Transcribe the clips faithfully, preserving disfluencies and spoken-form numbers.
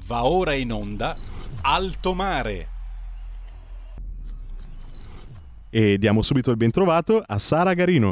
Va ora in onda Alto Mare. E diamo subito il bentrovato a Sara Garino.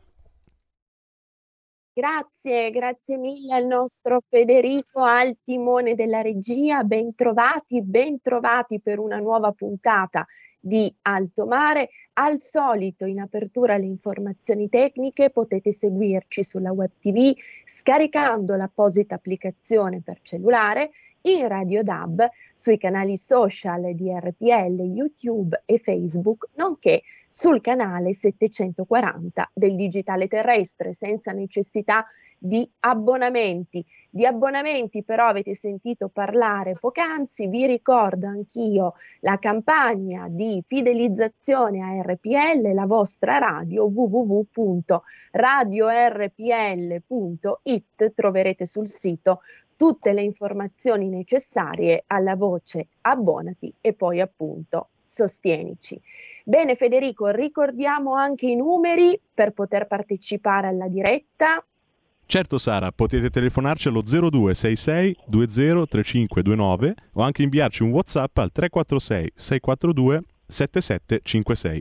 Grazie, grazie mille al nostro Federico al timone della regia. Bentrovati, bentrovati per una nuova puntata di Alto Mare. Al solito, in apertura alle informazioni tecniche, potete seguirci sulla web tivù scaricando l'apposita applicazione per cellulare, in Radio D A B, sui canali social di R P L, YouTube e Facebook, nonché sul canale settecentoquaranta del digitale terrestre, senza necessità di abbonamenti. Di abbonamenti però avete sentito parlare poc'anzi, vi ricordo anch'io la campagna di fidelizzazione a R P L, la vostra radio, w w w punto radio r p l punto i t, troverete sul sito tutte le informazioni necessarie alla voce abbonati e poi appunto sostienici. Bene Federico, ricordiamo anche i numeri per poter partecipare alla diretta. Certo Sara, potete telefonarci allo zero due sei sei due zero tre cinque due nove o anche inviarci un WhatsApp al tre quattro sei sei quattro due sette sette cinque sei.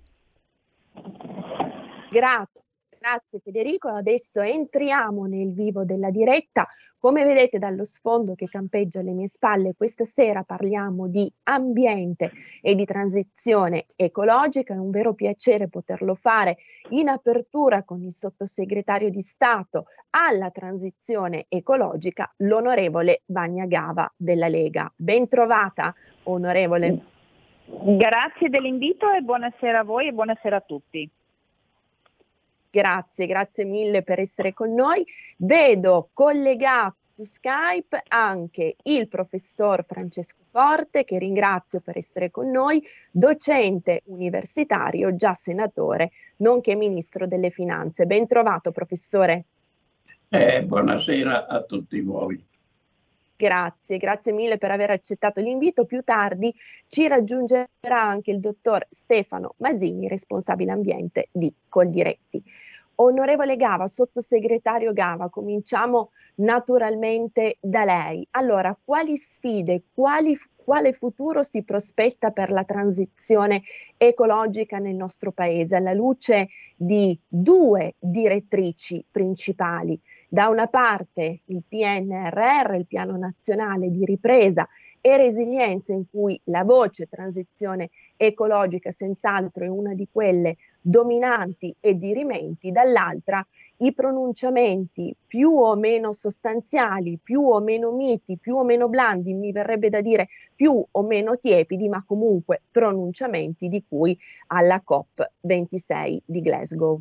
Grazie. Grazie Federico, adesso entriamo nel vivo della diretta. Come vedete dallo sfondo che campeggia alle mie spalle, questa sera parliamo di ambiente e di transizione ecologica. È un vero piacere poterlo fare in apertura con il sottosegretario di Stato alla transizione ecologica, l'onorevole Vania Gava della Lega. Ben trovata, onorevole. Grazie dell'invito e buonasera a voi e buonasera a tutti. Grazie, grazie mille per essere con noi. Vedo collegato su Skype anche il professor Francesco Forte, che ringrazio per essere con noi, docente universitario, già senatore, nonché ministro delle finanze. Ben trovato, professore. Eh, buonasera a tutti voi. Grazie, grazie mille per aver accettato l'invito. Più tardi ci raggiungerà anche il dottor Stefano Masini, responsabile ambiente di Coldiretti. Onorevole Gava, sottosegretario Gava, cominciamo naturalmente da lei. Allora, quali sfide, quali, quale futuro si prospetta per la transizione ecologica nel nostro Paese, alla luce di due direttrici principali? Da una parte il P N R R, il Piano Nazionale di Ripresa e Resilienza, in cui la voce transizione ecologica senz'altro è una di quelle dominanti e dirimenti, dall'altra i pronunciamenti più o meno sostanziali, più o meno miti, più o meno blandi, mi verrebbe da dire più o meno tiepidi, ma comunque pronunciamenti di cui alla COP ventisei di Glasgow.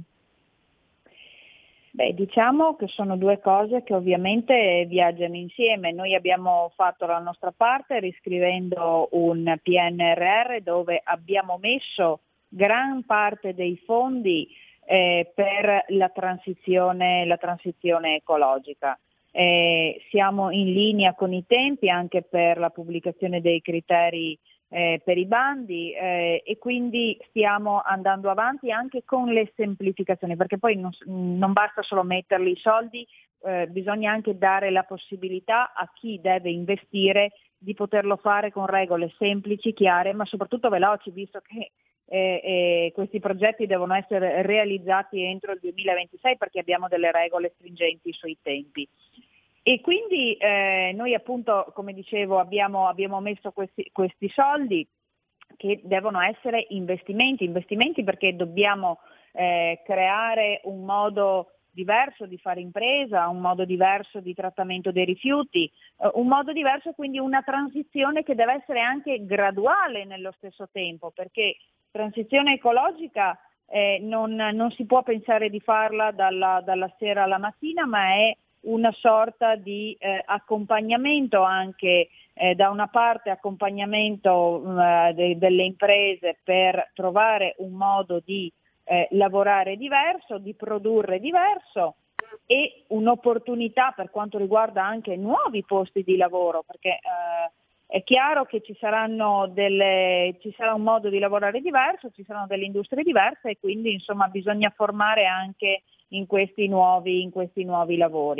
Beh, diciamo che sono due cose che ovviamente viaggiano insieme. Noi abbiamo fatto la nostra parte riscrivendo un P N R R dove abbiamo messo gran parte dei fondi eh, per la transizione, la transizione ecologica. Eh, siamo in linea con i tempi anche per la pubblicazione dei criteri Eh, per i bandi eh, e quindi stiamo andando avanti anche con le semplificazioni, perché poi non, non basta solo metterli i soldi, eh, bisogna anche dare la possibilità a chi deve investire di poterlo fare con regole semplici, chiare, ma soprattutto veloci, visto che eh, eh, questi progetti devono essere realizzati entro il duemilaventisei perché abbiamo delle regole stringenti sui tempi. E quindi eh, noi appunto, come dicevo, abbiamo, abbiamo messo questi, questi soldi che devono essere investimenti, investimenti perché dobbiamo eh, creare un modo diverso di fare impresa, un modo diverso di trattamento dei rifiuti, eh, un modo diverso, quindi una transizione che deve essere anche graduale nello stesso tempo, perché transizione ecologica eh, non, non si può pensare di farla dalla, dalla sera alla mattina, ma è una sorta di eh, accompagnamento anche eh, da una parte accompagnamento eh, de- delle imprese per trovare un modo di eh, lavorare diverso, di produrre diverso e un'opportunità per quanto riguarda anche nuovi posti di lavoro, perché eh, è chiaro che ci saranno delle, ci sarà un modo di lavorare diverso, ci saranno delle industrie diverse e quindi insomma bisogna formare anche in questi nuovi, in questi nuovi lavori.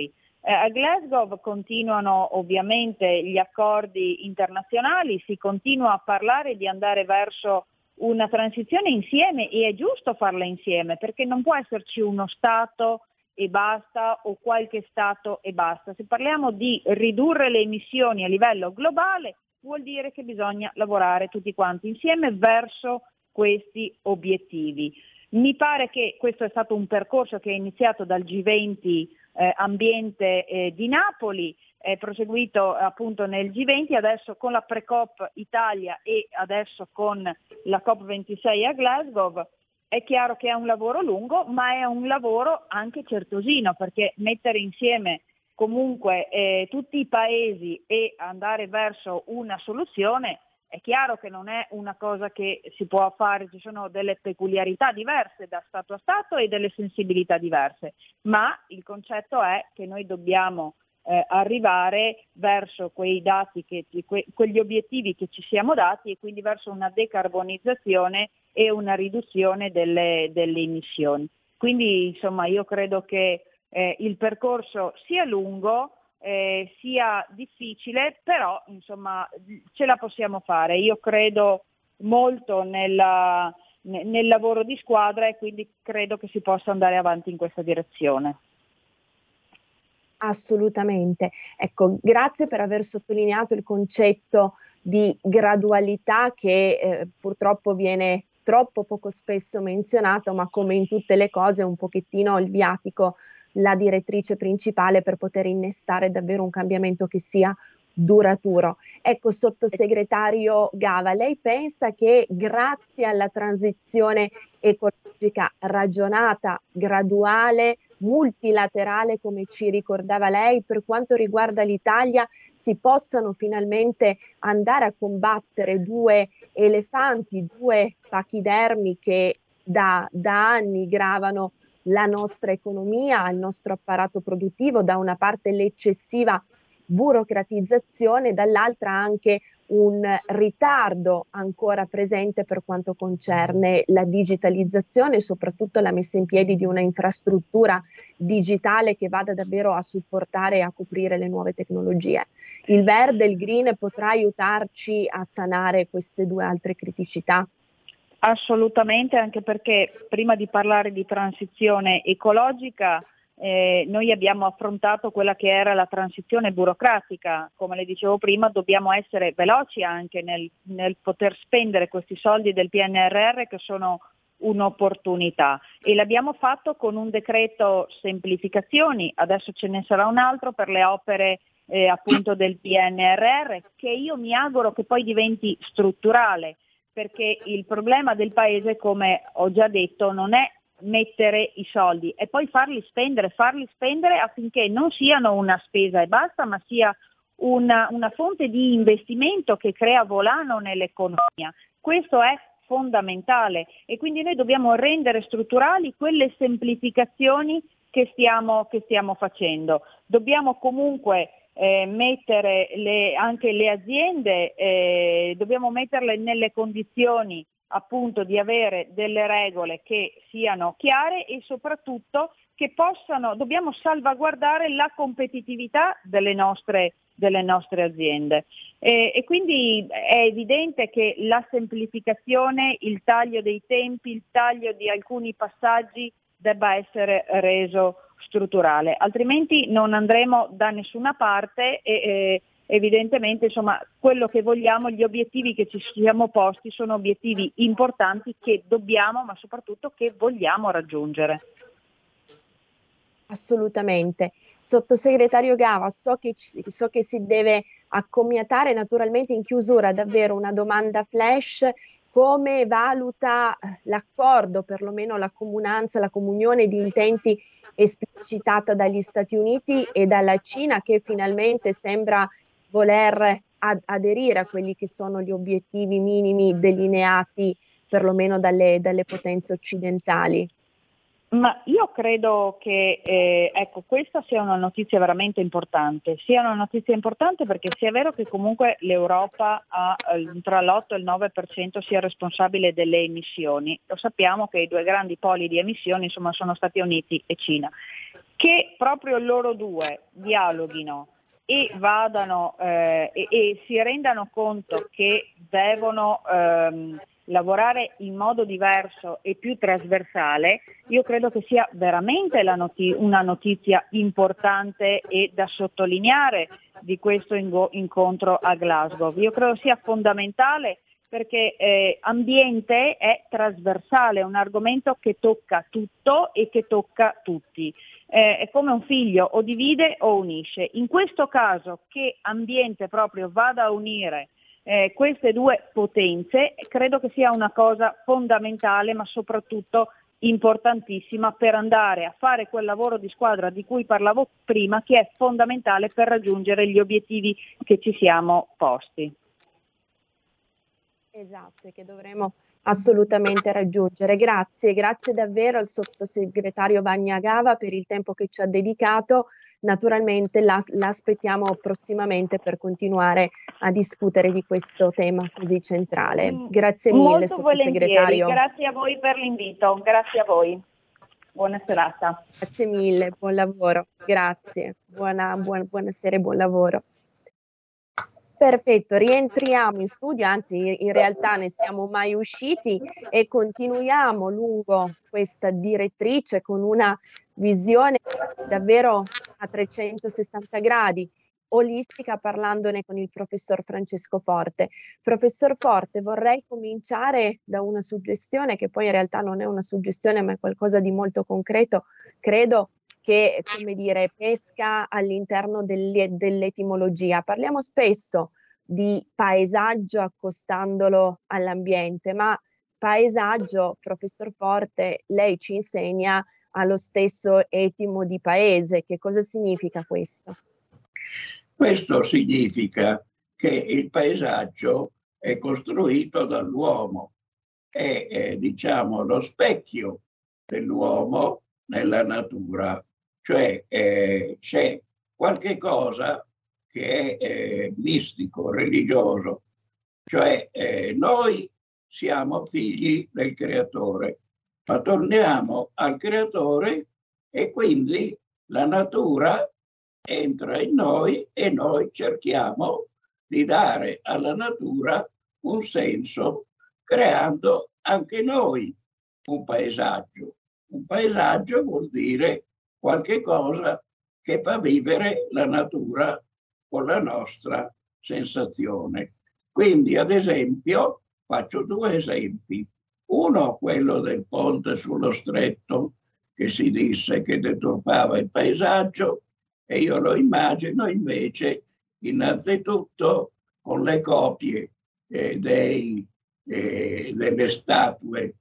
Eh, a Glasgow continuano ovviamente gli accordi internazionali, si continua a parlare di andare verso una transizione insieme e è giusto farla insieme perché non può esserci uno Stato e basta o qualche Stato e basta. Se parliamo di ridurre le emissioni a livello globale vuol dire che bisogna lavorare tutti quanti insieme verso questi obiettivi. Mi pare che questo è stato un percorso che è iniziato dal G venti eh, ambiente eh, di Napoli, è proseguito appunto nel G venti, adesso con la pre-COP Italia e adesso con la COP ventisei a Glasgow. È chiaro che è un lavoro lungo, ma è un lavoro anche certosino, perché mettere insieme comunque eh, tutti i paesi e andare verso una soluzione è chiaro che non è una cosa che si può fare, ci sono delle peculiarità diverse da Stato a Stato e delle sensibilità diverse, ma il concetto è che noi dobbiamo eh, arrivare verso quei dati, che, que, quegli obiettivi che ci siamo dati e quindi verso una decarbonizzazione e una riduzione delle, delle emissioni. Quindi insomma io credo che eh, il percorso sia lungo, Eh, sia difficile, però insomma ce la possiamo fare. Io credo molto nella, nel lavoro di squadra e quindi credo che si possa andare avanti in questa direzione. Assolutamente. Ecco, grazie per aver sottolineato il concetto di gradualità che eh, purtroppo viene troppo poco spesso menzionato, ma come in tutte le cose un pochettino il viatico, la direttrice principale per poter innestare davvero un cambiamento che sia duraturo. Ecco, sottosegretario Gava, lei pensa che grazie alla transizione ecologica ragionata, graduale, multilaterale, come ci ricordava lei, per quanto riguarda l'Italia, si possano finalmente andare a combattere due elefanti, due pachidermi che da, da anni gravano la nostra economia, il nostro apparato produttivo, da una parte l'eccessiva burocratizzazione, dall'altra anche un ritardo ancora presente per quanto concerne la digitalizzazione e soprattutto la messa in piedi di una infrastruttura digitale che vada davvero a supportare e a coprire le nuove tecnologie. Il verde, il green potrà aiutarci a sanare queste due altre criticità? Assolutamente, anche perché prima di parlare di transizione ecologica eh, noi abbiamo affrontato quella che era la transizione burocratica. Come le dicevo prima, dobbiamo essere veloci anche nel, nel poter spendere questi soldi del P N R R che sono un'opportunità e l'abbiamo fatto con un decreto semplificazioni, adesso ce ne sarà un altro per le opere eh, appunto del P N R R che io mi auguro che poi diventi strutturale. Perché il problema del Paese, come ho già detto, non è mettere i soldi e poi farli spendere, farli spendere affinché non siano una spesa e basta, ma sia una, una fonte di investimento che crea volano nell'economia. Questo è fondamentale e quindi noi dobbiamo rendere strutturali quelle semplificazioni che stiamo, che stiamo facendo. Dobbiamo comunque Eh, mettere le, anche le aziende, eh, dobbiamo metterle nelle condizioni appunto di avere delle regole che siano chiare e soprattutto che possano, dobbiamo salvaguardare la competitività delle nostre, delle nostre aziende eh, e quindi è evidente che la semplificazione, il taglio dei tempi, il taglio di alcuni passaggi debba essere reso strutturale, altrimenti non andremo da nessuna parte e eh, evidentemente insomma quello che vogliamo, gli obiettivi che ci siamo posti sono obiettivi importanti che dobbiamo ma soprattutto che vogliamo raggiungere. Assolutamente. Sottosegretario Gava, so che, so che si deve accomiatare, naturalmente in chiusura davvero una domanda flash. Come valuta l'accordo, perlomeno la comunanza, la comunione di intenti esplicitata dagli Stati Uniti e dalla Cina, che finalmente sembra voler ad- aderire a quelli che sono gli obiettivi minimi delineati perlomeno dalle, dalle potenze occidentali? Ma io credo che eh, ecco, questa sia una notizia veramente importante, sia una notizia importante perché sia vero che comunque l'Europa ha eh, tra l'otto e il nove per cento sia responsabile delle emissioni, lo sappiamo che i due grandi poli di emissioni insomma sono Stati Uniti e Cina, che proprio loro due dialoghino e vadano eh, e, e si rendano conto che devono ehm, lavorare in modo diverso e più trasversale, io credo che sia veramente la noti- una notizia importante e da sottolineare di questo ingo- incontro a Glasgow. Io credo sia fondamentale perché eh, ambiente è trasversale, è un argomento che tocca tutto e che tocca tutti. Eh, è come un figlio, o divide o unisce. In questo caso che ambiente proprio vada a unire eh, queste due potenze, credo che sia una cosa fondamentale, ma soprattutto importantissima per andare a fare quel lavoro di squadra di cui parlavo prima, che è fondamentale per raggiungere gli obiettivi che ci siamo posti. Esatto, e che dovremo assolutamente raggiungere. Grazie, grazie davvero al sottosegretario Bagnagava per il tempo che ci ha dedicato. Naturalmente la, l'aspettiamo prossimamente per continuare a discutere di questo tema così centrale. Grazie mille, Molto sottosegretario. Volentieri. Grazie a voi per l'invito, grazie a voi. Buona serata. Grazie mille, buon lavoro. Grazie, buona, buona, buonasera e buon lavoro. Perfetto, rientriamo in studio, anzi in realtà ne siamo mai usciti e continuiamo lungo questa direttrice con una visione davvero a trecentosessanta gradi, olistica, parlandone con il professor Francesco Forte. Professor Forte, vorrei cominciare da una suggestione che poi in realtà non è una suggestione ma è qualcosa di molto concreto, credo, che, come dire, pesca all'interno dell'etimologia. Parliamo spesso di paesaggio accostandolo all'ambiente, ma paesaggio, professor Forte, lei ci insegna, ha lo stesso etimo di paese. Che cosa significa questo? Questo significa che il paesaggio è costruito dall'uomo, è, è diciamo lo specchio dell'uomo nella natura. Cioè eh, c'è qualche cosa che è eh, mistico, religioso, cioè eh, noi siamo figli del creatore, ma torniamo al creatore e quindi la natura entra in noi e noi cerchiamo di dare alla natura un senso, creando anche noi un paesaggio. Un paesaggio vuol dire qualche cosa che fa vivere la natura con la nostra sensazione. Quindi, ad esempio, faccio due esempi. Uno, quello del ponte sullo stretto, che si disse che deturpava il paesaggio, e io lo immagino invece innanzitutto con le copie eh, dei, eh, delle statue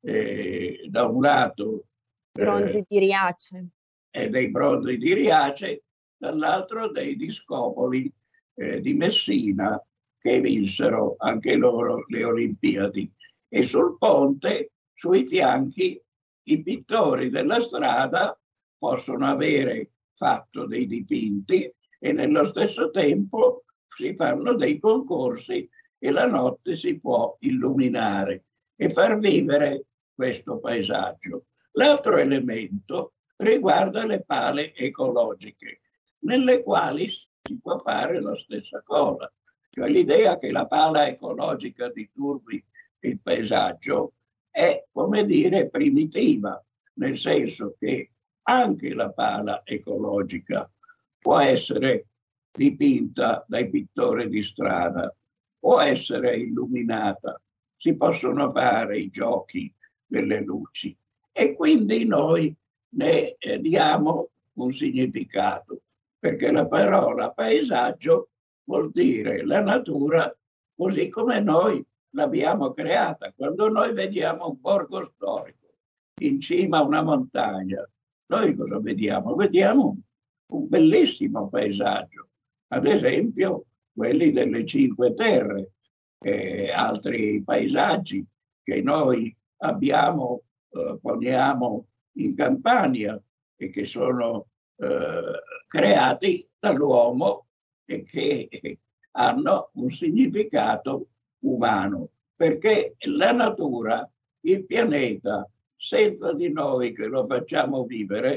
eh, da un lato bronzi eh, di Riace e dei bronzi di Riace, dall'altro dei discopoli eh, di Messina che vinsero anche loro le Olimpiadi. E sul ponte, sui fianchi, i pittori della strada possono avere fatto dei dipinti e nello stesso tempo si fanno dei concorsi e la notte si può illuminare e far vivere questo paesaggio. L'altro elemento riguarda le pale ecologiche, nelle quali si può fare la stessa cosa. Cioè l'idea che la pala ecologica disturbi il paesaggio è, come dire, primitiva, nel senso che anche la pala ecologica può essere dipinta dai pittori di strada, può essere illuminata, si possono fare i giochi delle luci e quindi noi ne eh, diamo un significato, perché la parola paesaggio vuol dire la natura così come noi l'abbiamo creata. Quando noi vediamo un borgo storico in cima a una montagna, noi cosa vediamo? Vediamo un bellissimo paesaggio, ad esempio quelli delle Cinque Terre, eh, altri paesaggi che noi abbiamo, eh, poniamo in Campania e che sono eh, creati dall'uomo e che eh, hanno un significato umano, perché la natura, il pianeta, senza di noi che lo facciamo vivere,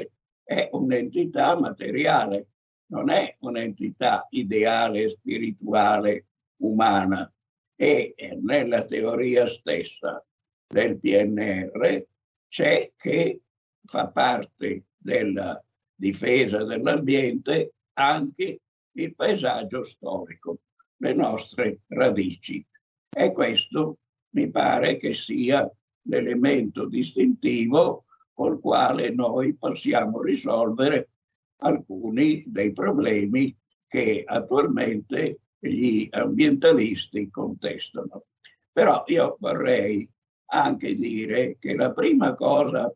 è un'entità materiale, non è un'entità ideale, spirituale, umana. E nella teoria stessa del P N R c'è che fa parte della difesa dell'ambiente anche il paesaggio storico, le nostre radici. E questo mi pare che sia l'elemento distintivo col quale noi possiamo risolvere alcuni dei problemi che attualmente gli ambientalisti contestano. Però io vorrei anche dire che la prima cosa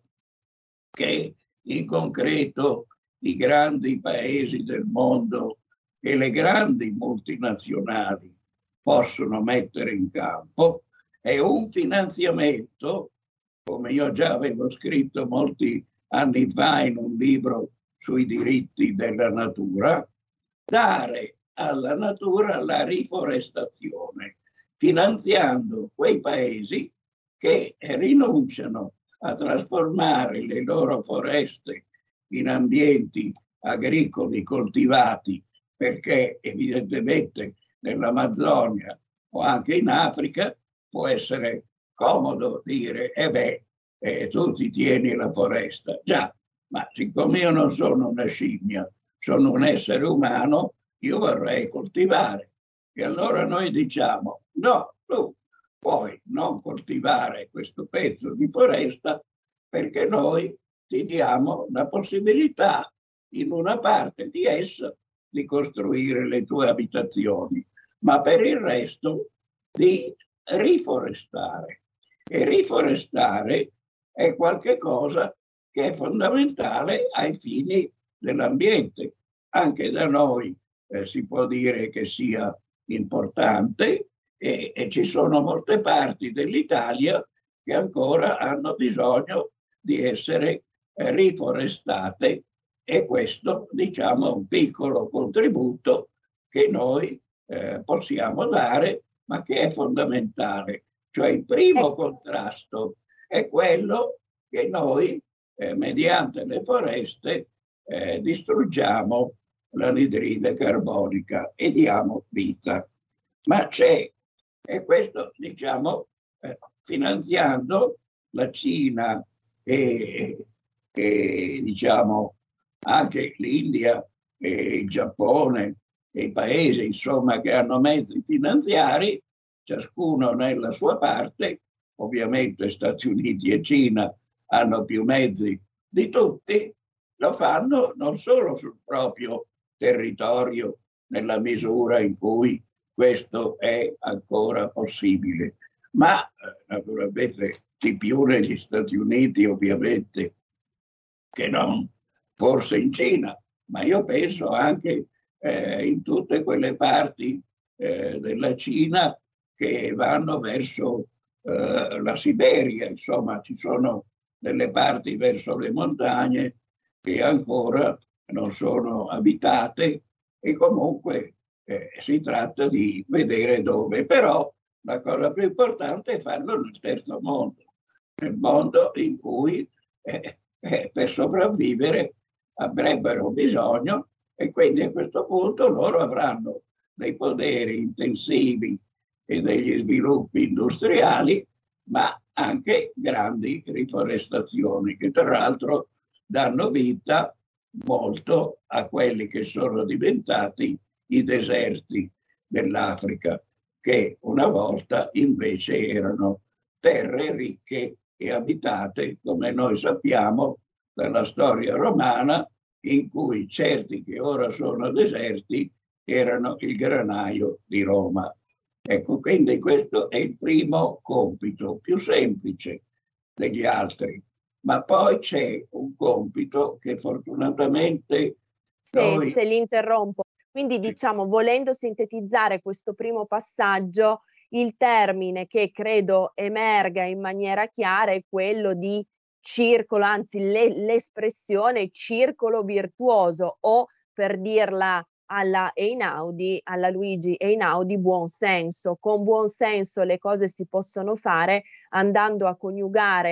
che in concreto i grandi paesi del mondo e le grandi multinazionali possono mettere in campo è un finanziamento, come io già avevo scritto molti anni fa in un libro sui diritti della natura, dare alla natura la riforestazione, finanziando quei paesi che rinunciano a trasformare le loro foreste in ambienti agricoli coltivati, perché evidentemente nell'Amazzonia o anche in Africa può essere comodo dire e eh beh, eh, tu ti tieni la foresta. Già, ma siccome io non sono una scimmia, sono un essere umano, io vorrei coltivare. E allora noi diciamo, no, tu puoi non coltivare questo pezzo di foresta perché noi ti diamo la possibilità in una parte di essa di costruire le tue abitazioni, ma per il resto di riforestare. E riforestare è qualcosa che è fondamentale ai fini dell'ambiente. Anche da noi eh, si può dire che sia importante e, e ci sono molte parti dell'Italia che ancora hanno bisogno di essere eh, riforestate, e questo, diciamo, è un piccolo contributo che noi eh, possiamo dare, ma che è fondamentale. Cioè il primo contrasto è quello che noi, eh, mediante le foreste, eh, distruggiamo l'anidride carbonica e diamo vita. Ma c'è, e questo diciamo eh, finanziando la Cina e, e diciamo anche l'India e il Giappone e i paesi insomma che hanno mezzi finanziari, ciascuno nella sua parte. Ovviamente Stati Uniti e Cina hanno più mezzi di tutti, lo fanno non solo sul proprio territorio nella misura in cui questo è ancora possibile, ma naturalmente di più negli Stati Uniti ovviamente che non forse in Cina, ma io penso anche eh, in tutte quelle parti eh, della Cina che vanno verso eh, la Siberia, insomma ci sono delle parti verso le montagne che ancora non sono abitate e comunque eh, si tratta di vedere dove. Però la cosa più importante è farlo nel terzo mondo, nel mondo in cui eh, eh, per sopravvivere avrebbero bisogno, e quindi a questo punto loro avranno dei poderi intensivi e degli sviluppi industriali, ma anche grandi riforestazioni che tra l'altro danno vita molto a quelli che sono diventati i deserti dell'Africa, che una volta invece erano terre ricche e abitate, come noi sappiamo dalla storia romana, in cui certi che ora sono deserti erano il granaio di Roma. Ecco, quindi questo è il primo compito, più semplice degli altri. Ma poi c'è un compito che fortunatamente se, noi... se li interrompo. Quindi diciamo, volendo sintetizzare questo primo passaggio, il termine che credo emerga in maniera chiara è quello di circolo, anzi le, l'espressione circolo virtuoso, o per dirla alla Einaudi, alla Luigi Einaudi, buon senso. Con buon senso le cose si possono fare andando a coniugare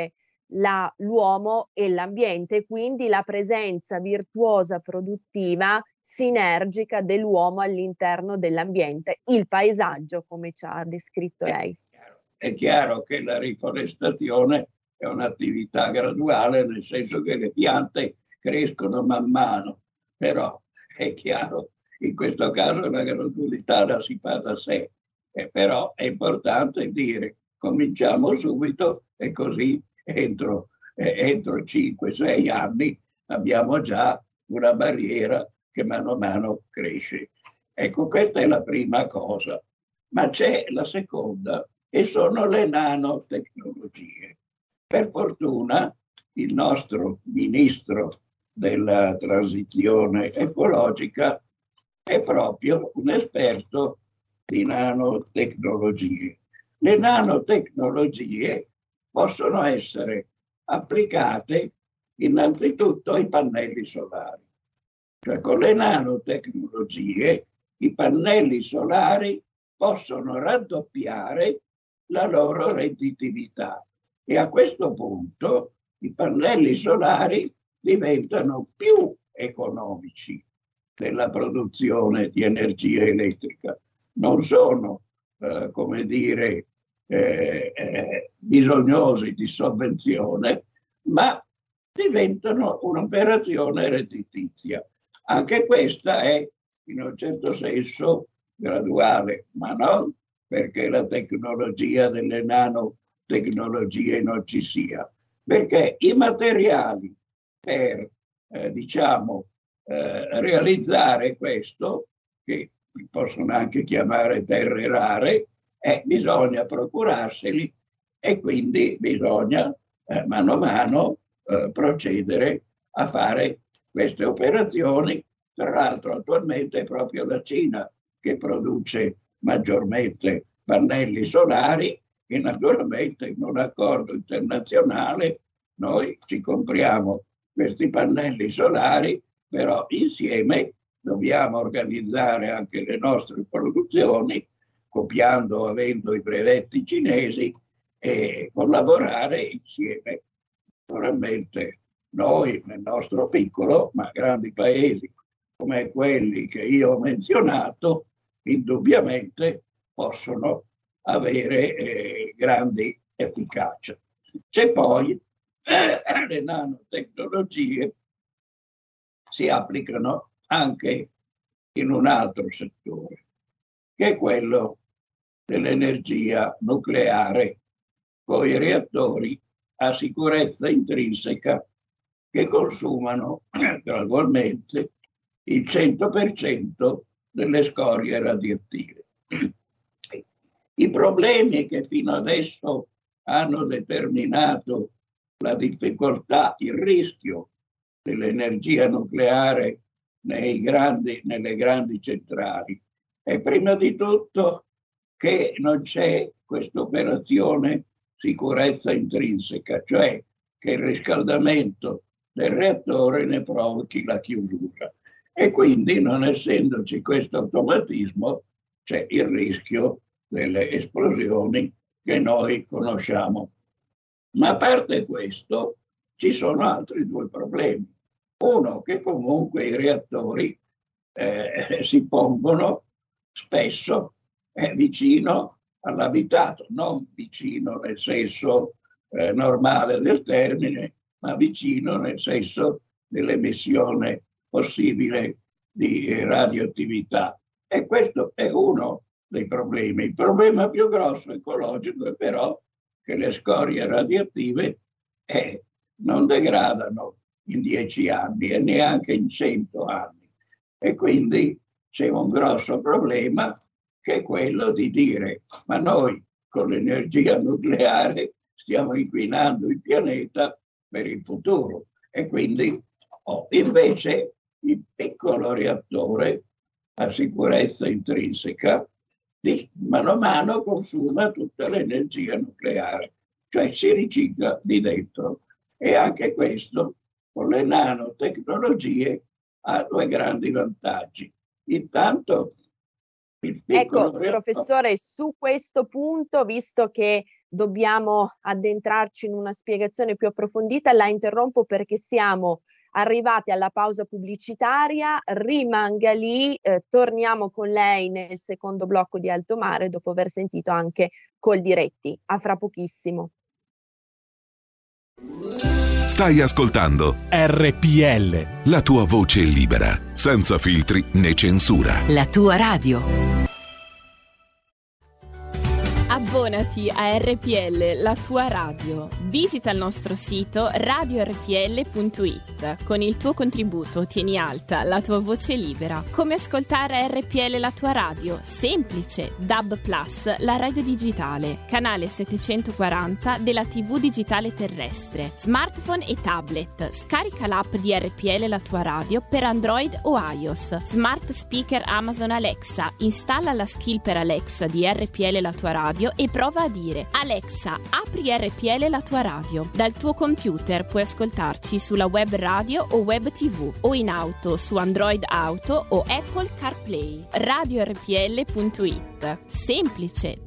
la, l'uomo e l'ambiente, quindi la presenza virtuosa produttiva sinergica dell'uomo all'interno dell'ambiente, il paesaggio come ci ha descritto lei. È chiaro che la riforestazione è un'attività graduale, nel senso che le piante crescono man mano, però è chiaro, in questo caso la gradualità la si fa da sé, eh, però è importante dire cominciamo subito e così entro, eh, entro cinque sei anni abbiamo già una barriera che mano a mano cresce. Ecco, questa è la prima cosa, ma c'è la seconda e sono le nanotecnologie. Per fortuna il nostro ministro della transizione ecologica è proprio un esperto di nanotecnologie. Le nanotecnologie possono essere applicate innanzitutto ai pannelli solari. Cioè con le nanotecnologie i pannelli solari possono raddoppiare la loro redditività e a questo punto i pannelli solari diventano più economici della produzione di energia elettrica. Non sono, eh, come dire, eh, eh, bisognosi di sovvenzione, ma diventano un'operazione redditizia. Anche questa è in un certo senso graduale, ma non perché la tecnologia delle nanotecnologie non ci sia, perché i materiali per eh, diciamo eh, realizzare questo, che possono anche chiamare terre rare, eh, bisogna procurarseli e quindi bisogna eh, mano a mano eh, procedere a fare queste operazioni. Tra l'altro attualmente è proprio la Cina che produce maggiormente pannelli solari e naturalmente in un accordo internazionale noi ci compriamo questi pannelli solari, però insieme dobbiamo organizzare anche le nostre produzioni, copiando, avendo i brevetti cinesi e collaborare insieme. Naturalmente noi nel nostro piccolo, ma grandi paesi come quelli che io ho menzionato, indubbiamente possono avere eh, grandi efficacia. C'è poi eh, le nanotecnologie si applicano anche in un altro settore, che è quello dell'energia nucleare con i reattori a sicurezza intrinseca che consumano gradualmente il cento per cento delle scorie radioattive. I problemi che fino adesso hanno determinato la difficoltà, il rischio dell'energia nucleare nei grandi, nelle grandi centrali è prima di tutto che non c'è questa operazione sicurezza intrinseca, cioè che il riscaldamento del reattore ne provochi la chiusura. E quindi, non essendoci questo automatismo, c'è il rischio delle esplosioni che noi conosciamo. Ma a parte questo, ci sono altri due problemi. Uno, che comunque i reattori eh, si pongono spesso eh, vicino all'abitato, non vicino nel senso eh, normale del termine, ma vicino nel senso dell'emissione possibile di radioattività. E questo è uno dei problemi. Il problema più grosso ecologico è però che le scorie radioattive eh, non degradano in dieci anni e neanche in cento anni. E quindi c'è un grosso problema che è quello di dire ma noi con l'energia nucleare stiamo inquinando il pianeta per il futuro e quindi oh, invece il piccolo reattore a sicurezza intrinseca di, mano a mano consuma tutta l'energia nucleare, cioè si ricicla di dentro. E anche questo con le nanotecnologie ha due grandi vantaggi. Intanto il piccolo ecco, reattore... professore, su questo punto, visto che dobbiamo addentrarci in una spiegazione più approfondita. La interrompo perché siamo arrivati alla pausa pubblicitaria, rimanga lì, eh, torniamo con lei nel secondo blocco di Alto Mare dopo aver sentito anche Coldiretti. A fra pochissimo. Stai ascoltando R P L, la tua voce libera, senza filtri né censura. La tua radio. Abbonati a R P L, la tua radio. Visita il nostro sito radio r p l punto i t. Con il tuo contributo tieni alta la tua voce libera. Come ascoltare R P L, la tua radio? Semplice. D A B Plus, la radio digitale. Canale settecentoquaranta della tivù digitale terrestre. Smartphone e tablet. Scarica l'app di R P L, la tua radio per Android o iOS. Smart speaker Amazon Alexa. Installa la skill per Alexa di R P L, la tua radio e prova a dire: Alexa, apri R P L, la tua radio. Dal tuo computer puoi ascoltarci sulla web radio o web tv o in auto su Android Auto o Apple CarPlay. radio r p l punto i t. Semplice.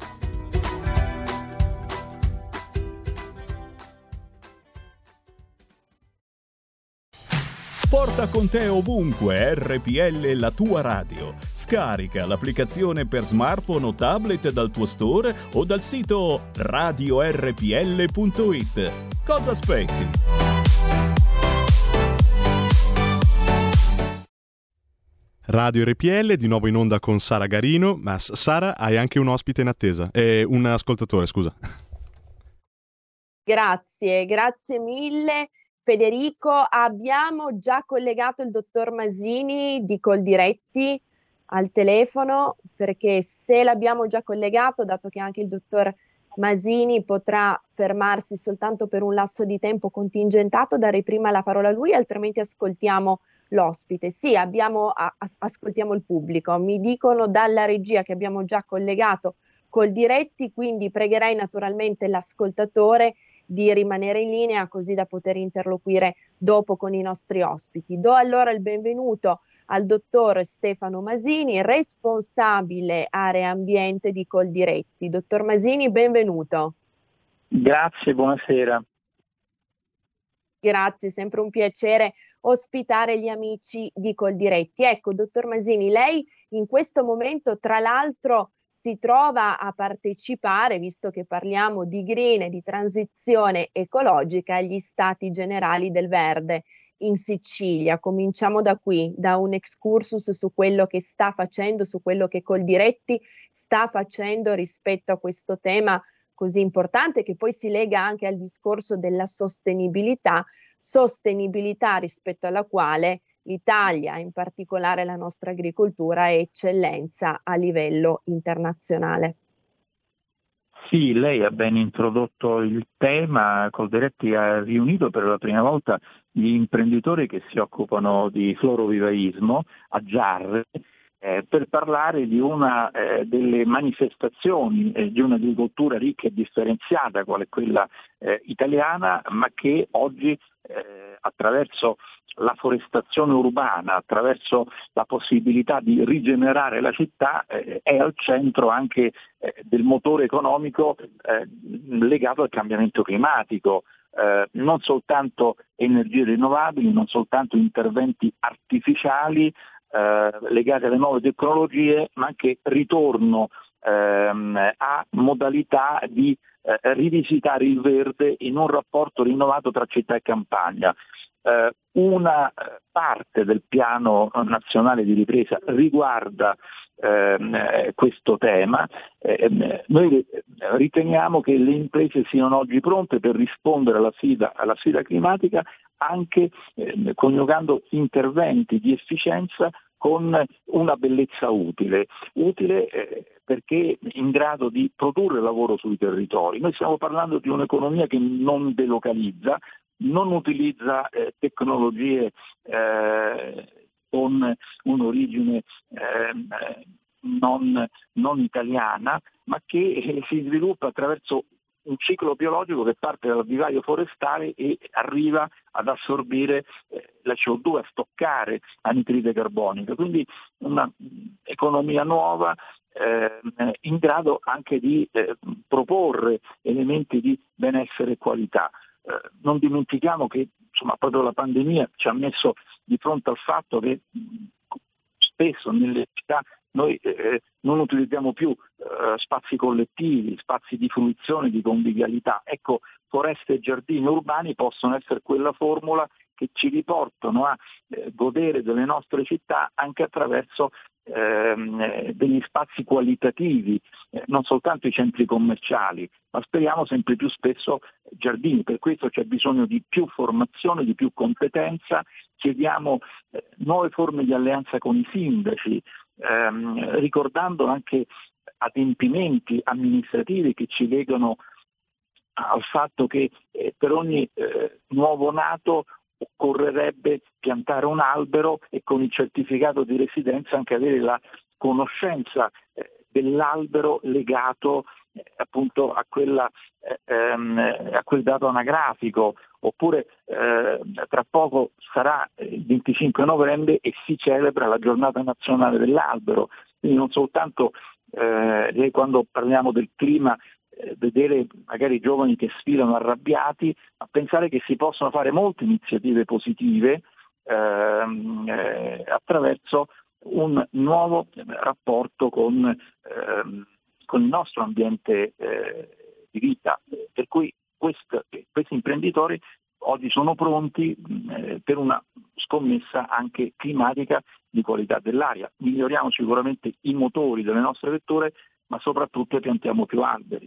Porta con te ovunque R P L, la tua radio. Scarica l'applicazione per smartphone o tablet dal tuo store o dal sito radio r p l punto i t. Cosa aspetti? Radio R P L di nuovo in onda con Sara Garino, ma Sara, hai anche un ospite in attesa, eh, un ascoltatore, scusa. Grazie, grazie mille. Federico, abbiamo già collegato il dottor Masini di Coldiretti al telefono, perché se l'abbiamo già collegato, dato che anche il dottor Masini potrà fermarsi soltanto per un lasso di tempo contingentato, darei prima la parola a lui, altrimenti ascoltiamo l'ospite. Sì, abbiamo, a, ascoltiamo il pubblico. Mi dicono dalla regia che abbiamo già collegato Coldiretti, quindi pregherei naturalmente l'ascoltatore di rimanere in linea così da poter interloquire dopo con i nostri ospiti. Do allora il benvenuto al dottor Stefano Masini, responsabile area ambiente di Coldiretti. Dottor Masini, benvenuto. Grazie, buonasera. Grazie, sempre un piacere ospitare gli amici di Coldiretti. Ecco, dottor Masini, lei in questo momento tra l'altro si trova a partecipare, visto che parliamo di green e di transizione ecologica, agli Stati Generali del Verde in Sicilia. Cominciamo da qui, da un excursus su quello che sta facendo, su quello che Coldiretti sta facendo rispetto a questo tema così importante, che poi si lega anche al discorso della sostenibilità, sostenibilità rispetto alla quale l'Italia, in particolare la nostra agricoltura, è eccellenza a livello internazionale. Sì, lei ha ben introdotto il tema. Coldiretti ha riunito per la prima volta gli imprenditori che si occupano di florovivaismo a Giarre eh, per parlare di una eh, delle manifestazioni eh, di un'agricoltura ricca e differenziata, quale quella eh, italiana, ma che oggi eh, attraverso la forestazione urbana, attraverso la possibilità di rigenerare la città, eh, è al centro anche eh, del motore economico eh, legato al cambiamento climatico. Eh, non soltanto energie rinnovabili, non soltanto interventi artificiali eh, legati alle nuove tecnologie, ma anche ritorno ehm, a modalità di eh, rivisitare il verde in un rapporto rinnovato tra città e campagna. Eh, una parte del piano nazionale di ripresa riguarda ehm, questo tema. Eh, noi riteniamo che le imprese siano oggi pronte per rispondere alla sfida, alla sfida climatica, anche eh, coniugando interventi di efficienza con una bellezza utile, utile eh, perché in grado di produrre lavoro sui territori. Noi stiamo parlando di un'economia che non delocalizza, non utilizza eh, tecnologie eh, con un'origine eh, non, non italiana, ma che eh, si sviluppa attraverso un ciclo biologico che parte dal vivaio forestale e arriva ad assorbire eh, la C O due, a stoccare anidride carbonica. Quindi un'economia nuova eh, in grado anche di eh, proporre elementi di benessere e qualità. Eh, non dimentichiamo che insomma, proprio la pandemia ci ha messo di fronte al fatto che mh, spesso nelle città noi eh, non utilizziamo più eh, spazi collettivi, spazi di fruizione, di convivialità. Ecco, foreste e giardini urbani possono essere quella formula che ci riportano a eh, godere delle nostre città anche attraverso ehm, degli spazi qualitativi, eh, non soltanto i centri commerciali, ma speriamo sempre più spesso giardini. Per questo c'è bisogno di più formazione, di più competenza, chiediamo eh, nuove forme di alleanza con i sindaci, ehm, ricordando anche adempimenti amministrativi che ci legano al fatto che eh, per ogni eh, nuovo nato occorrerebbe piantare un albero e con il certificato di residenza anche avere la conoscenza eh, dell'albero legato eh, appunto a, quella, eh, ehm, a quel dato anagrafico, oppure eh, tra poco sarà il venticinque novembre e si celebra la giornata nazionale dell'albero, quindi non soltanto eh, quando parliamo del clima vedere magari i giovani che sfilano arrabbiati, ma pensare che si possono fare molte iniziative positive ehm, eh, attraverso un nuovo rapporto con, ehm, con il nostro ambiente eh, di vita, per cui quest, questi imprenditori oggi sono pronti eh, per una scommessa anche climatica di qualità dell'aria. Miglioriamo sicuramente i motori delle nostre vetture, ma soprattutto piantiamo più alberi.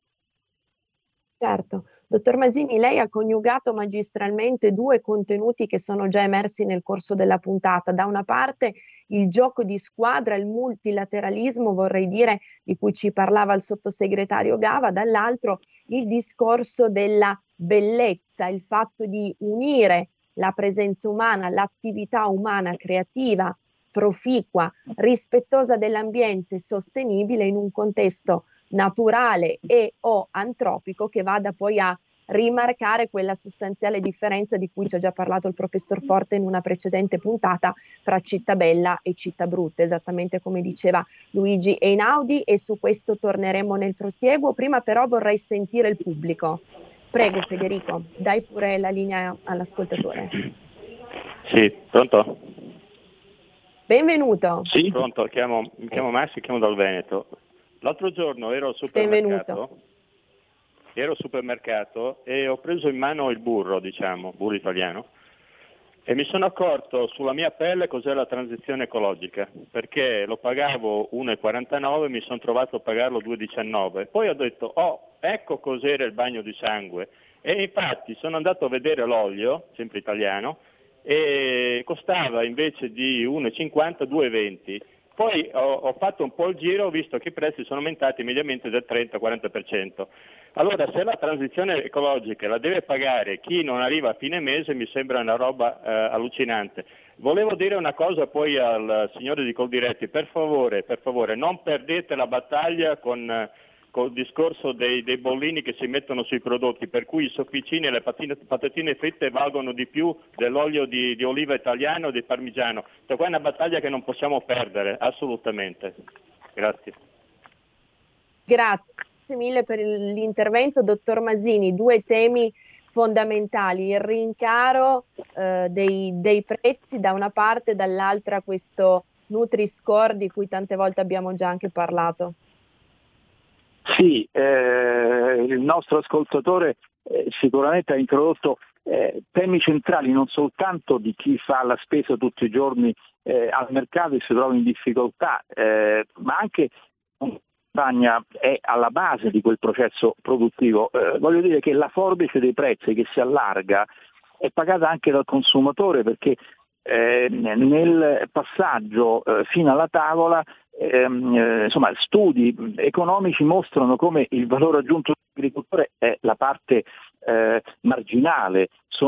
Certo. Dottor Masini, lei ha coniugato magistralmente due contenuti che sono già emersi nel corso della puntata. Da una parte il gioco di squadra, il multilateralismo, vorrei dire, di cui ci parlava il sottosegretario Gava, dall'altro il discorso della bellezza, il fatto di unire la presenza umana, l'attività umana creativa, proficua, rispettosa dell'ambiente, sostenibile in un contesto naturale e o antropico che vada poi a rimarcare quella sostanziale differenza di cui ci ha già parlato il professor Porta in una precedente puntata fra città bella e città brutta, esattamente come diceva Luigi Einaudi, e su questo torneremo nel prosieguo. Prima però vorrei sentire il pubblico. Prego Federico, dai pure la linea all'ascoltatore. Sì, pronto? Benvenuto. Sì, pronto, chiamo, mi chiamo Massi, chiamo dal Veneto. L'altro giorno ero al supermercato, Benvenuto. ero al supermercato e ho preso in mano il burro, diciamo, burro italiano, e mi sono accorto sulla mia pelle cos'è la transizione ecologica, perché lo pagavo uno virgola quarantanove e mi sono trovato a pagarlo due virgola diciannove. Poi ho detto, oh, ecco cos'era il bagno di sangue. E infatti sono andato a vedere l'olio, sempre italiano, e costava invece di uno virgola cinquanta due virgola venti. Poi ho, ho fatto un po' il giro, ho visto che i prezzi sono aumentati mediamente del trenta quaranta per cento. Allora, se la transizione ecologica la deve pagare chi non arriva a fine mese, mi sembra una roba eh, allucinante. Volevo dire una cosa poi al signore di Coldiretti, per favore, per favore, non perdete la battaglia con... con il discorso dei, dei bollini che si mettono sui prodotti, per cui i sofficini e le patine, patatine fritte valgono di più dell'olio di, di oliva italiano o di parmigiano. Cioè, qua è una battaglia che non possiamo perdere, assolutamente. Grazie. Grazie mille per l'intervento, dottor Masini. Due temi fondamentali, il rincaro eh, dei, dei prezzi da una parte, dall'altra questo Nutri-Score di cui tante volte abbiamo già anche parlato. Sì, eh, il nostro ascoltatore eh, sicuramente ha introdotto eh, temi centrali non soltanto di chi fa la spesa tutti i giorni eh, al mercato e si trova in difficoltà, eh, ma anche la campagna è alla base di quel processo produttivo. Eh, voglio dire che la forbice dei prezzi che si allarga è pagata anche dal consumatore, perché eh, nel passaggio eh, fino alla tavola Ehm, eh, insomma, studi economici mostrano come il valore aggiunto dell'agricoltore è la parte eh, marginale, sono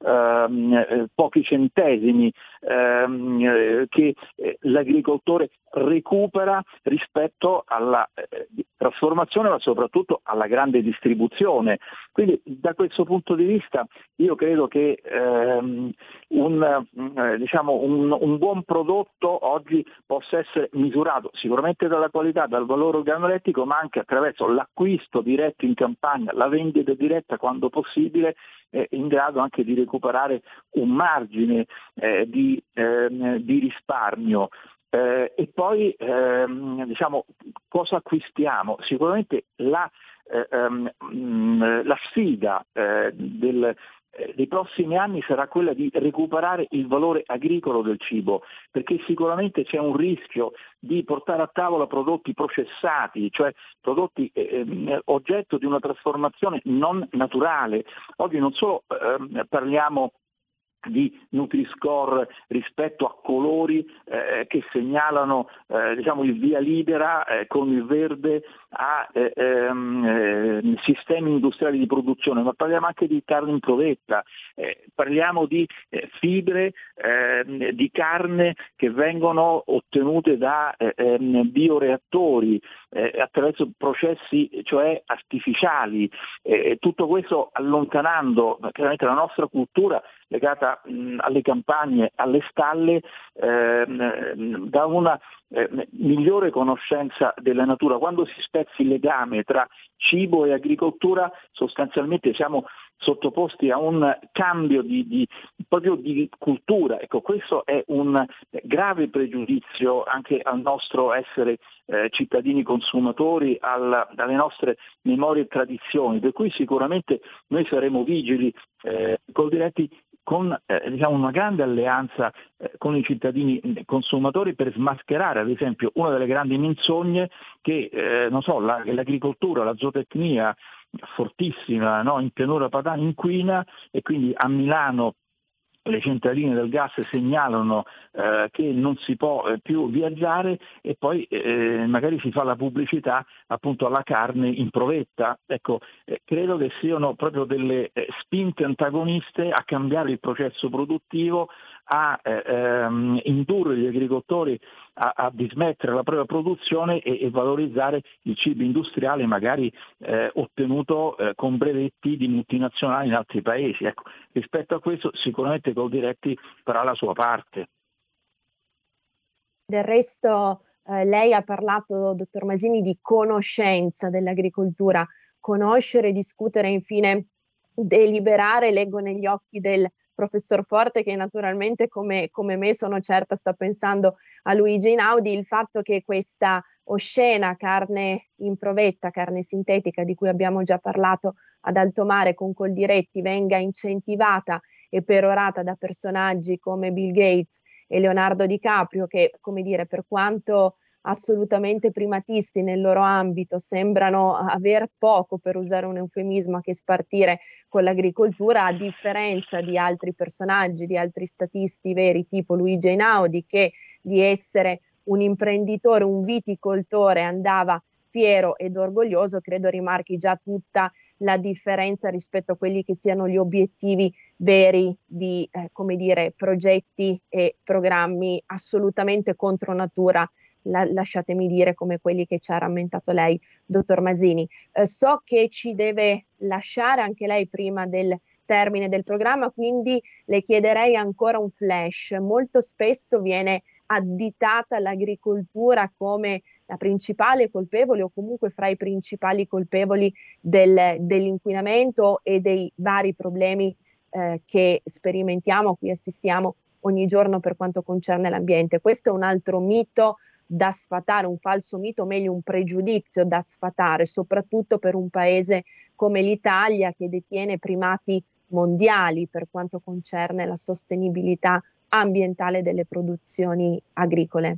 ehm, eh, pochi centesimi ehm, eh, che eh, l'agricoltore recupera rispetto alla eh, trasformazione, ma soprattutto alla grande distribuzione. Quindi da questo punto di vista io credo che ehm, un, eh, diciamo un, un buon prodotto oggi possa essere misurato sicuramente dalla qualità, dal valore organolettico, ma anche attraverso l'acquisto diretto in campagna, la vendita diretta quando possibile, eh, in grado anche di recuperare un margine eh, di, ehm, di risparmio. Eh, e poi ehm, diciamo cosa acquistiamo? Sicuramente la, eh, ehm, la sfida eh, del, eh, dei prossimi anni sarà quella di recuperare il valore agricolo del cibo, perché sicuramente c'è un rischio di portare a tavola prodotti processati, cioè prodotti eh, oggetto di una trasformazione non naturale. Oggi non solo eh, parliamo di Nutri-Score rispetto a colori eh, che segnalano eh, diciamo il via libera eh, con il verde a eh, ehm, eh, sistemi industriali di produzione, ma parliamo anche di carne in provetta, eh, parliamo di eh, fibre eh, di carne che vengono ottenute da eh, ehm, bioreattori eh, attraverso processi cioè artificiali, eh, tutto questo allontanando chiaramente la nostra cultura legata mh, alle campagne, alle stalle, ehm, da una eh, migliore conoscenza della natura. Quando si spezza il legame tra cibo e agricoltura, sostanzialmente siamo sottoposti a un cambio di, di proprio di cultura. Ecco, questo è un grave pregiudizio anche al nostro essere eh, cittadini consumatori, alla, alle nostre memorie e tradizioni, per cui sicuramente noi saremo vigili eh, Coldiretti con eh, diciamo una grande alleanza eh, con i cittadini consumatori per smascherare ad esempio una delle grandi menzogne che eh, non so, la, l'agricoltura, la zootecnia fortissima, no, in pianura padana inquina, e quindi a Milano le centraline del gas segnalano eh, che non si può eh, più viaggiare, e poi eh, magari si fa la pubblicità appunto alla carne in provetta. Ecco, eh, credo che siano proprio delle eh, spinte antagoniste a cambiare il processo produttivo, a eh, ehm, indurre gli agricoltori a, a dismettere la propria produzione e, e valorizzare il cibo industriale magari eh, ottenuto eh, con brevetti di multinazionali in altri paesi. Ecco, rispetto a questo sicuramente Coldiretti farà la sua parte. Del resto eh, lei ha parlato, dottor Masini, di conoscenza dell'agricoltura, conoscere, discutere, infine deliberare. Leggo negli occhi del professor Forte, che naturalmente come, come me sono certa sta pensando a Luigi Einaudi, il fatto che questa oscena carne in provetta, carne sintetica di cui abbiamo già parlato ad alto mare con Coldiretti, venga incentivata e perorata da personaggi come Bill Gates e Leonardo DiCaprio, che, come dire, per quanto assolutamente primatisti nel loro ambito, sembrano aver poco, per usare un eufemismo, a che spartire con l'agricoltura, a differenza di altri personaggi, di altri statisti veri tipo Luigi Einaudi, che di essere un imprenditore, un viticoltore andava fiero ed orgoglioso. Credo rimarchi già tutta la differenza rispetto a quelli che siano gli obiettivi veri di, eh, come dire, progetti e programmi assolutamente contro natura, la, lasciatemi dire, come quelli che ci ha rammentato lei, dottor Masini. Eh, so che ci deve lasciare anche lei prima del termine del programma, quindi le chiederei ancora un flash. Molto spesso viene additata l'agricoltura come la principale colpevole, o comunque fra i principali colpevoli del, dell'inquinamento e dei vari problemi eh, che sperimentiamo, a cui assistiamo ogni giorno per quanto concerne l'ambiente. Questo è un altro mito da sfatare, un falso mito, o meglio un pregiudizio da sfatare, soprattutto per un paese come l'Italia, che detiene primati mondiali per quanto concerne la sostenibilità ambientale delle produzioni agricole.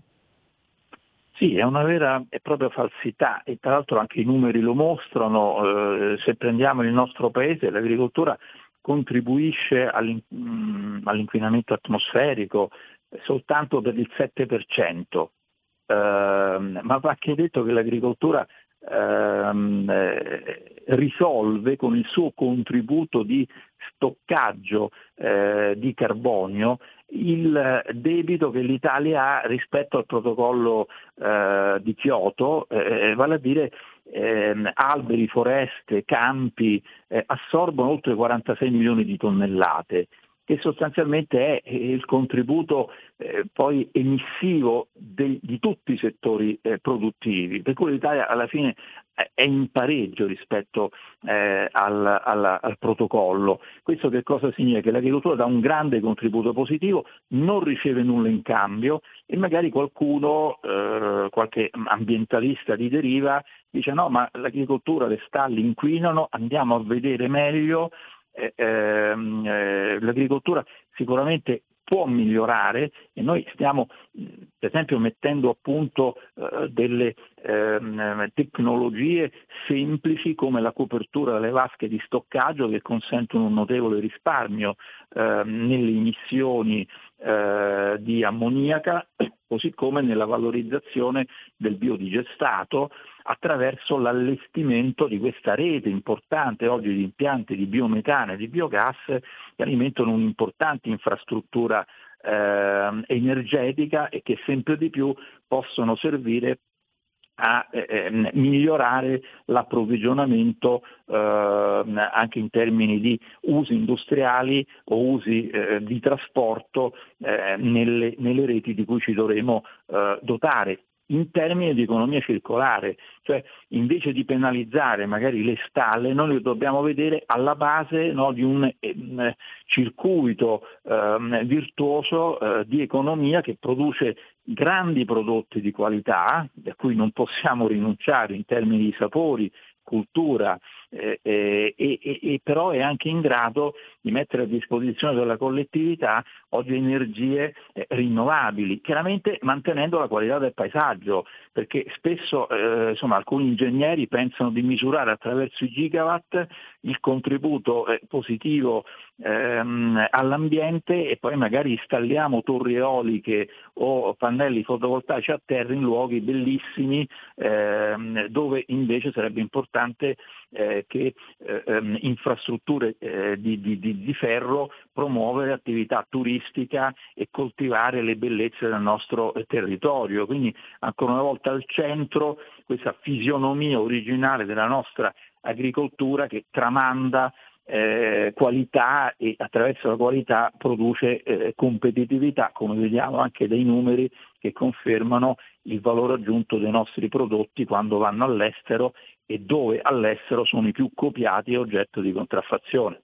Sì, è una vera e propria falsità, e tra l'altro anche i numeri lo mostrano. Eh, se prendiamo il nostro paese, l'agricoltura contribuisce all'in- mh, all'inquinamento atmosferico soltanto per il sette per cento, eh, ma va anche detto che l'agricoltura ehm, eh, risolve con il suo contributo di stoccaggio eh, di carbonio il debito che l'Italia ha rispetto al protocollo eh, di Kyoto, eh, vale a dire ehm, alberi, foreste, campi eh, assorbono oltre quarantasei milioni di tonnellate, che sostanzialmente è il contributo eh, poi emissivo de, di tutti i settori eh, produttivi, per cui l'Italia alla fine è in pareggio rispetto eh, al, al, al protocollo. Questo che cosa significa? Che l'agricoltura dà un grande contributo positivo, non riceve nulla in cambio e magari qualcuno, eh, qualche ambientalista di deriva, dice no, ma l'agricoltura, le stalli inquinano, andiamo a vedere meglio. Eh, ehm, eh, l'agricoltura sicuramente può migliorare e noi stiamo per esempio mettendo a punto eh, delle ehm, tecnologie semplici come la copertura delle vasche di stoccaggio che consentono un notevole risparmio eh, nelle emissioni eh, di ammoniaca, così come nella valorizzazione del biodigestato attraverso l'allestimento di questa rete importante oggi di impianti di biometano e di biogas che alimentano un'importante infrastruttura eh, energetica e che sempre di più possono servire a eh, migliorare l'approvvigionamento eh, anche in termini di usi industriali o usi eh, di trasporto eh, nelle, nelle reti di cui ci dovremo eh, dotare in termini di economia circolare, cioè invece di penalizzare magari le stalle noi le dobbiamo vedere alla base, no, di un eh, circuito eh, virtuoso eh, di economia che produce grandi prodotti di qualità, a cui non possiamo rinunciare in termini di sapori, cultura, eh, eh, e, e però è anche in grado di mettere a disposizione della collettività oggi energie eh, rinnovabili, chiaramente mantenendo la qualità del paesaggio, perché spesso eh, insomma, alcuni ingegneri pensano di misurare attraverso i gigawatt il contributo eh, positivo ehm, all'ambiente e poi magari installiamo torri eoliche o pannelli fotovoltaici a terra in luoghi bellissimi ehm, dove invece sarebbe importante eh, che eh, infrastrutture eh, di, di, di ferro promuovere attività turistica e coltivare le bellezze del nostro eh, territorio. Quindi ancora una volta al centro questa fisionomia originale della nostra agricoltura che tramanda eh, qualità e attraverso la qualità produce eh, competitività, come vediamo anche dai numeri che confermano il valore aggiunto dei nostri prodotti quando vanno all'estero e dove all'estero sono i più copiati e oggetto di contraffazione.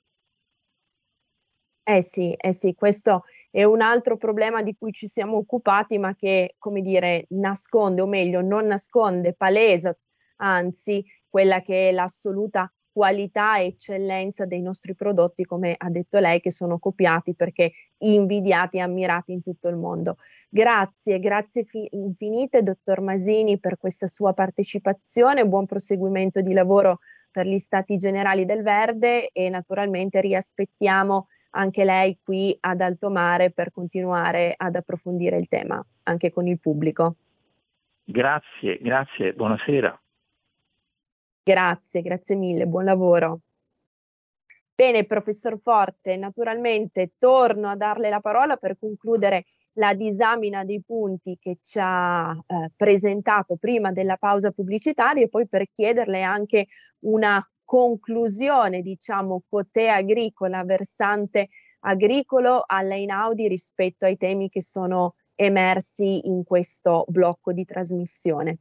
Eh sì, eh sì, questo è un altro problema di cui ci siamo occupati, ma che, come dire, nasconde, o meglio, non nasconde, palesa, anzi, quella che è l'assoluta qualità e eccellenza dei nostri prodotti, come ha detto lei, che sono copiati perché invidiati e ammirati in tutto il mondo. Grazie, grazie fi- infinite, dottor Masini, per questa sua partecipazione, buon proseguimento di lavoro per gli Stati Generali del Verde e naturalmente riaspettiamo anche lei qui ad Alto Mare per continuare ad approfondire il tema anche con il pubblico. Grazie, grazie, buonasera. Grazie, grazie mille, buon lavoro. Bene, professor Forte, naturalmente torno a darle la parola per concludere la disamina dei punti che ci ha eh, presentato prima della pausa pubblicitaria e poi per chiederle anche una conclusione, diciamo, quotè agricola, versante agricolo alla Einaudi rispetto ai temi che sono emersi in questo blocco di trasmissione.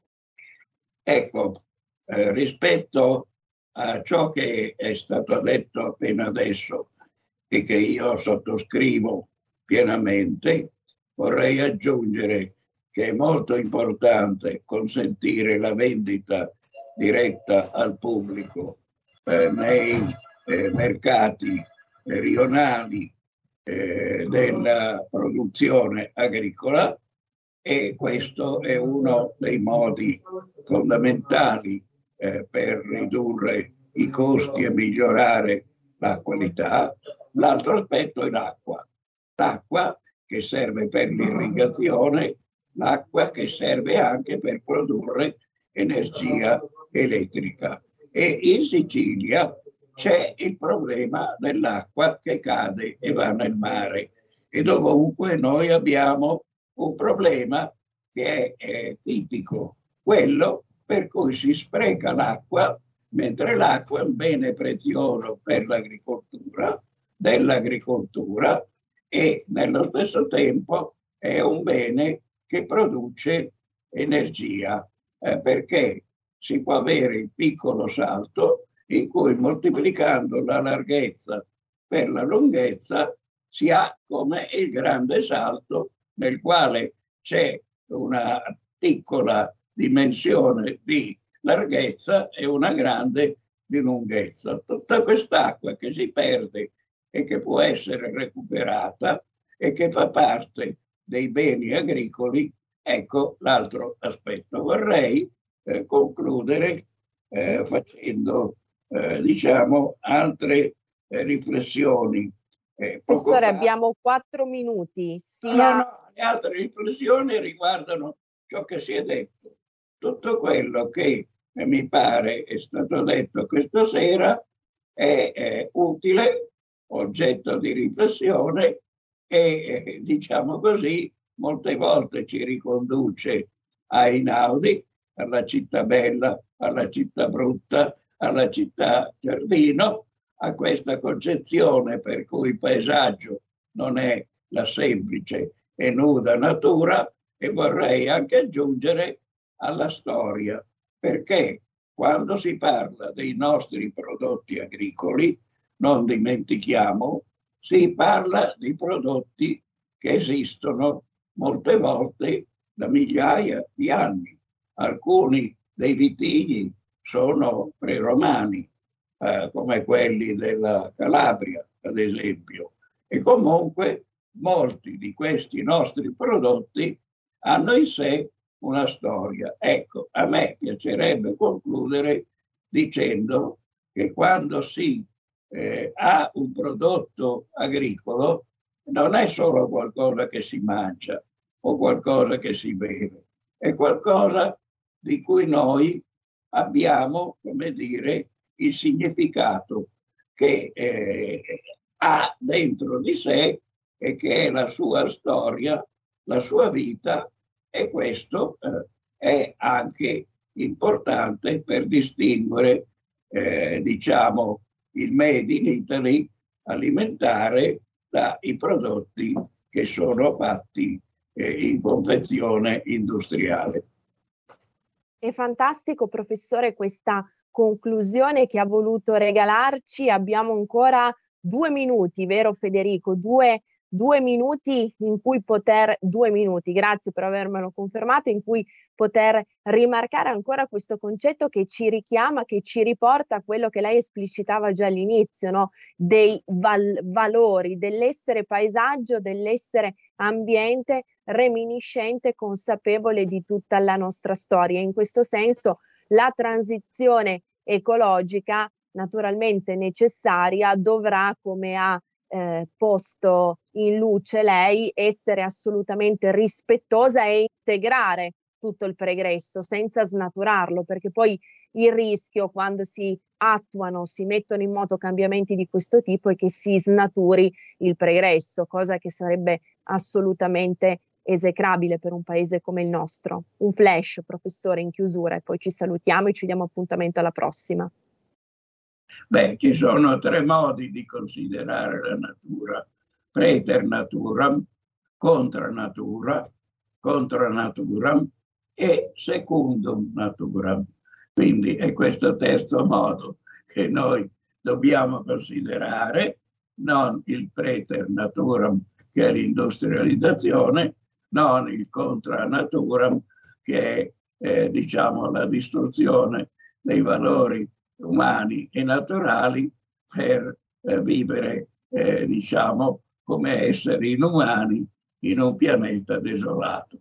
Ecco, eh, rispetto a ciò che è stato detto appena adesso e che io sottoscrivo pienamente, vorrei aggiungere che è molto importante consentire la vendita diretta al pubblico eh, nei eh, mercati eh, rionali eh, della produzione agricola e questo è uno dei modi fondamentali eh, per ridurre i costi e migliorare la qualità. L'altro aspetto è l'acqua, l'acqua che serve per l'irrigazione, l'acqua che serve anche per produrre energia elettrica. E in Sicilia c'è il problema dell'acqua che cade e va nel mare, e dovunque noi abbiamo un problema che è, è tipico, quello per cui si spreca l'acqua, mentre l'acqua è un bene prezioso per l'agricoltura, dell'agricoltura, e nello stesso tempo è un bene che produce energia, eh, perché si può avere il piccolo salto in cui, moltiplicando la larghezza per la lunghezza, si ha come il grande salto nel quale c'è una piccola dimensione di larghezza e una grande di lunghezza. Tutta quest'acqua che si perde e che può essere recuperata e che fa parte dei beni agricoli, ecco l'altro aspetto. Vorrei eh, concludere eh, facendo eh, diciamo altre eh, riflessioni. Eh, Professore, fa... abbiamo quattro minuti. Sia... No, no, le altre riflessioni riguardano ciò che si è detto. Tutto quello che eh, mi pare è stato detto questa sera è, è utile, oggetto di riflessione e, eh, diciamo così, molte volte ci riconduce a Einaudi, alla città bella, alla città brutta, alla città giardino, a questa concezione per cui il paesaggio non è la semplice e nuda natura, e vorrei anche aggiungere alla storia, perché quando si parla dei nostri prodotti agricoli, non dimentichiamo, si parla di prodotti che esistono molte volte da migliaia di anni. Alcuni dei vitigni sono preromani, eh, come quelli della Calabria, ad esempio, e comunque molti di questi nostri prodotti hanno in sé una storia. Ecco, a me piacerebbe concludere dicendo che quando si eh, ha un prodotto agricolo non è solo qualcosa che si mangia o qualcosa che si beve, è qualcosa di cui noi abbiamo, come dire, il significato che eh, ha dentro di sé e che è la sua storia, la sua vita, e questo eh, è anche importante per distinguere, eh, diciamo, il Made in Italy alimentare dai prodotti che sono fatti eh, in confezione industriale. È fantastico, professore, questa conclusione che ha voluto regalarci. Abbiamo ancora due minuti, vero Federico? Due, due minuti in cui poter, due minuti, grazie per avermelo confermato, in cui poter rimarcare ancora questo concetto che ci richiama, che ci riporta a quello che lei esplicitava già all'inizio, no? Dei val- valori, dell'essere paesaggio, dell'essere ambiente reminiscente, consapevole di tutta la nostra storia. In questo senso la transizione ecologica, naturalmente necessaria, dovrà, come ha eh, posto in luce lei, essere assolutamente rispettosa e integrare tutto il pregresso senza snaturarlo, perché poi il rischio quando si attuano, si mettono in moto cambiamenti di questo tipo è che si snaturi il pregresso, cosa che sarebbe assolutamente esecrabile per un paese come il nostro. Un flash, professore, in chiusura, e poi ci salutiamo e ci diamo appuntamento alla prossima. Beh, ci sono tre modi di considerare la natura: praeter naturam, contra natura, contra naturam e secundum naturam. Quindi è questo terzo modo che noi dobbiamo considerare, non il praeter naturam, che è l'industrializzazione, non il contra naturam, che è eh, diciamo la distruzione dei valori umani e naturali per eh, vivere eh, diciamo come esseri inumani in un pianeta desolato.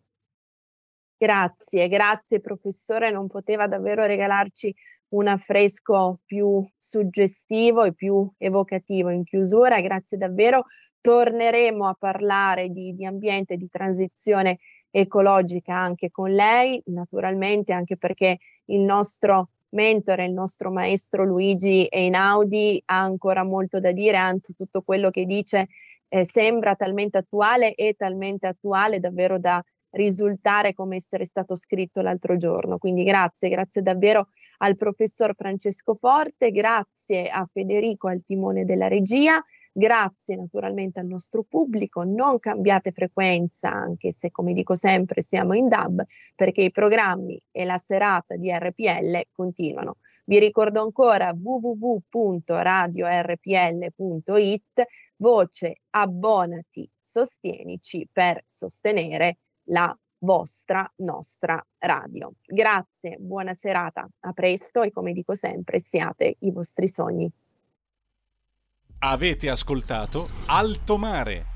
Grazie, grazie professore, non poteva davvero regalarci un affresco più suggestivo e più evocativo in chiusura. Grazie davvero. Torneremo a parlare di, di ambiente, di transizione ecologica anche con lei, naturalmente anche perché il nostro mentore, il nostro maestro Luigi Einaudi ha ancora molto da dire, anzi tutto quello che dice eh, sembra talmente attuale e talmente attuale davvero da risultare come essere stato scritto l'altro giorno. Quindi grazie, grazie davvero al professor Francesco Forte, grazie a Federico al timone della regia, grazie naturalmente al nostro pubblico, non cambiate frequenza anche se come dico sempre siamo in D A B perché i programmi e la serata di R P L continuano. Vi ricordo ancora w w w punto radio r p l punto i t, voce abbonati, sostienici per sostenere la vostra, nostra radio. Grazie, buona serata, a presto e come dico sempre, siate i vostri sogni. Avete ascoltato Alto Mare.